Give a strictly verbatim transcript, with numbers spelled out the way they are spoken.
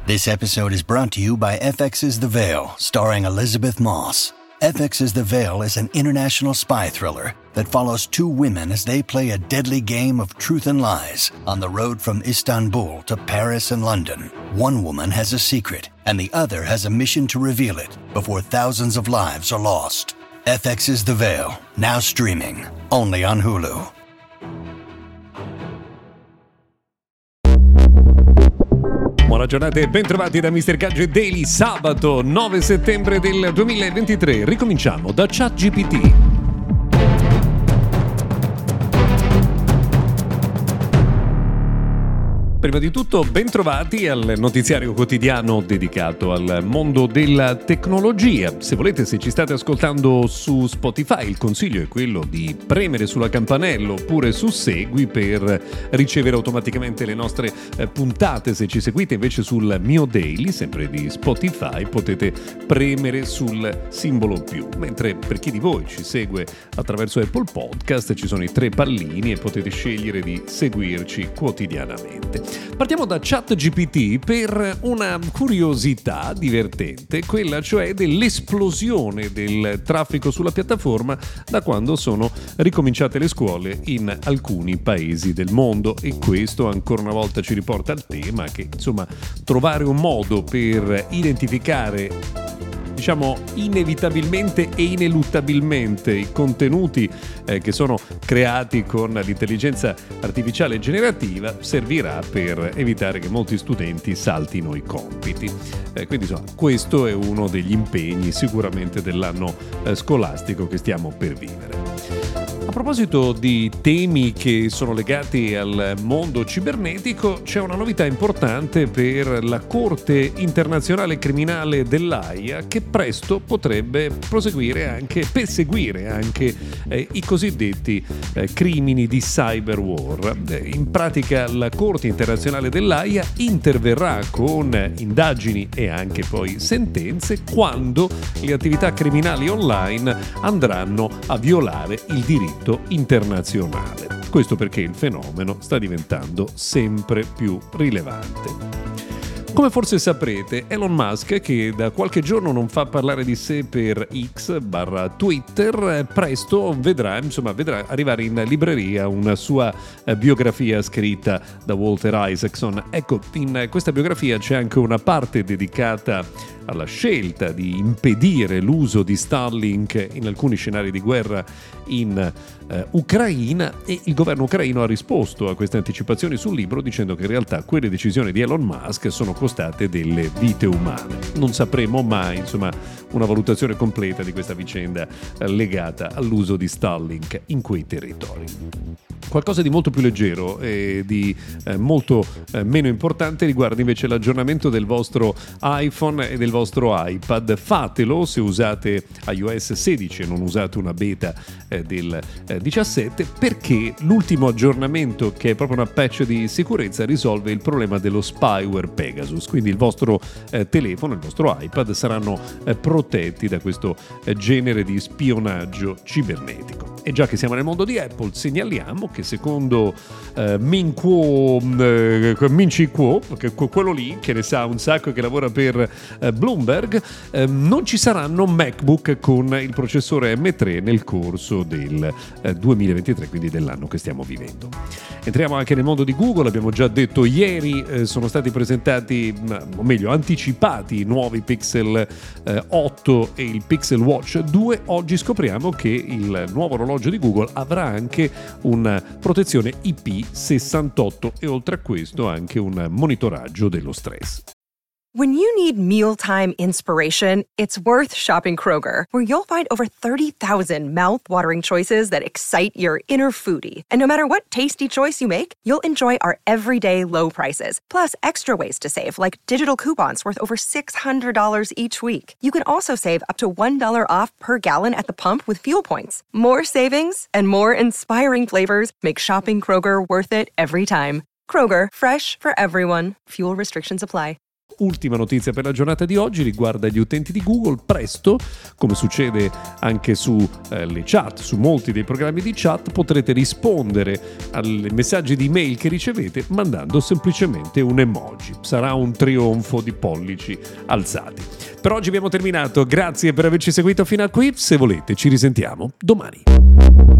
This episode is brought to you by F X's The Veil, starring Elizabeth Moss. F X's The Veil is an international spy thriller that follows two women as they play a deadly game of truth and lies on the road from Istanbul to Paris and London. One woman has a secret, and the other has a mission to reveal it before thousands of lives are lost. F X's The Veil, now streaming, only on Hulu. Buona giornata e bentrovati da mister Gadget Daily, sabato nove settembre del duemilaventitré. Ricominciamo da ChatGPT. Prima di tutto, bentrovati al notiziario quotidiano dedicato al mondo della tecnologia. Se volete, se ci state ascoltando su Spotify, il consiglio è quello di premere sulla campanella oppure su Segui per ricevere automaticamente le nostre eh, puntate. Se ci seguite invece sul mio Daily, sempre di Spotify, potete premere sul simbolo più. Mentre per chi di voi ci segue attraverso Apple Podcast, ci sono i tre pallini e potete scegliere di seguirci quotidianamente. Partiamo da ChatGPT per una curiosità divertente, quella cioè dell'esplosione del traffico sulla piattaforma da quando sono ricominciate le scuole in alcuni paesi del mondo, e questo ancora una volta ci riporta al tema che, insomma, trovare un modo per identificare, diciamo, inevitabilmente e ineluttabilmente i contenuti eh, che sono creati con l'intelligenza artificiale generativa servirà per evitare che molti studenti saltino i compiti. Eh, quindi insomma, questo è uno degli impegni sicuramente dell'anno eh, scolastico che stiamo per vivere. A proposito di temi che sono legati al mondo cibernetico, c'è una novità importante per la Corte Internazionale Criminale dell'Aia, che presto potrebbe proseguire anche, perseguire anche eh, i cosiddetti eh, crimini di cyber war. In pratica la Corte Internazionale dell'Aia interverrà con indagini e anche poi sentenze quando le attività criminali online andranno a violare il diritto internazionale. Questo perché il fenomeno sta diventando sempre più rilevante. Come forse saprete, Elon Musk, che da qualche giorno non fa parlare di sé per X barra Twitter, presto vedrà, insomma, vedrà arrivare in libreria una sua biografia scritta da Walter Isaacson. Ecco, in questa biografia c'è anche una parte dedicata alla scelta di impedire l'uso di Starlink in alcuni scenari di guerra in eh, Ucraina, e il governo ucraino ha risposto a queste anticipazioni sul libro dicendo che in realtà quelle decisioni di Elon Musk sono costate delle vite umane. Non sapremo mai, insomma, una valutazione completa di questa vicenda eh, legata all'uso di Starlink in quei territori. Qualcosa di molto più leggero e di eh, molto eh, meno importante riguarda invece l'aggiornamento del vostro iPhone e del vostro iPad. Fatelo se usate iOS sedici e non usate una beta eh, del eh, diciassette, perché l'ultimo aggiornamento, che è proprio una patch di sicurezza, risolve il problema dello spyware Pegasus. Quindi il vostro eh, telefono, il vostro iPad saranno eh, protetti da questo eh, genere di spionaggio cibernetico. E già che siamo nel mondo di Apple, segnaliamo che secondo eh, Min Kuo, eh, Min Chi Kuo, che quello lì che ne sa un sacco e che lavora per eh, Bloomberg, eh, non ci saranno MacBook con il processore M tre nel corso del eh, duemilaventitré, quindi dell'anno che stiamo vivendo. Entriamo anche nel mondo di Google. Abbiamo già detto ieri, eh, sono stati presentati, o meglio anticipati, i nuovi Pixel eh, otto e il Pixel Watch due. Oggi scopriamo che il nuovo orologio di Google avrà anche una protezione I P sessantotto e oltre a questo anche un monitoraggio dello stress. When you need mealtime inspiration, it's worth shopping Kroger, where you'll find over thirty thousand mouth-watering choices that excite your inner foodie. And no matter what tasty choice you make, you'll enjoy our everyday low prices, plus extra ways to save, like digital coupons worth over six hundred dollars each week. You can also save up to one dollar off per gallon at the pump with fuel points. More savings and more inspiring flavors make shopping Kroger worth it every time. Kroger, fresh for everyone. Fuel restrictions apply. Ultima notizia per la giornata di oggi riguarda gli utenti di Google. Presto, come succede anche su eh, le chat, su molti dei programmi di chat, potrete rispondere ai messaggi di email che ricevete mandando semplicemente un emoji. Sarà un trionfo di pollici alzati. Per oggi abbiamo terminato, grazie per averci seguito fino a qui. Se volete ci risentiamo domani.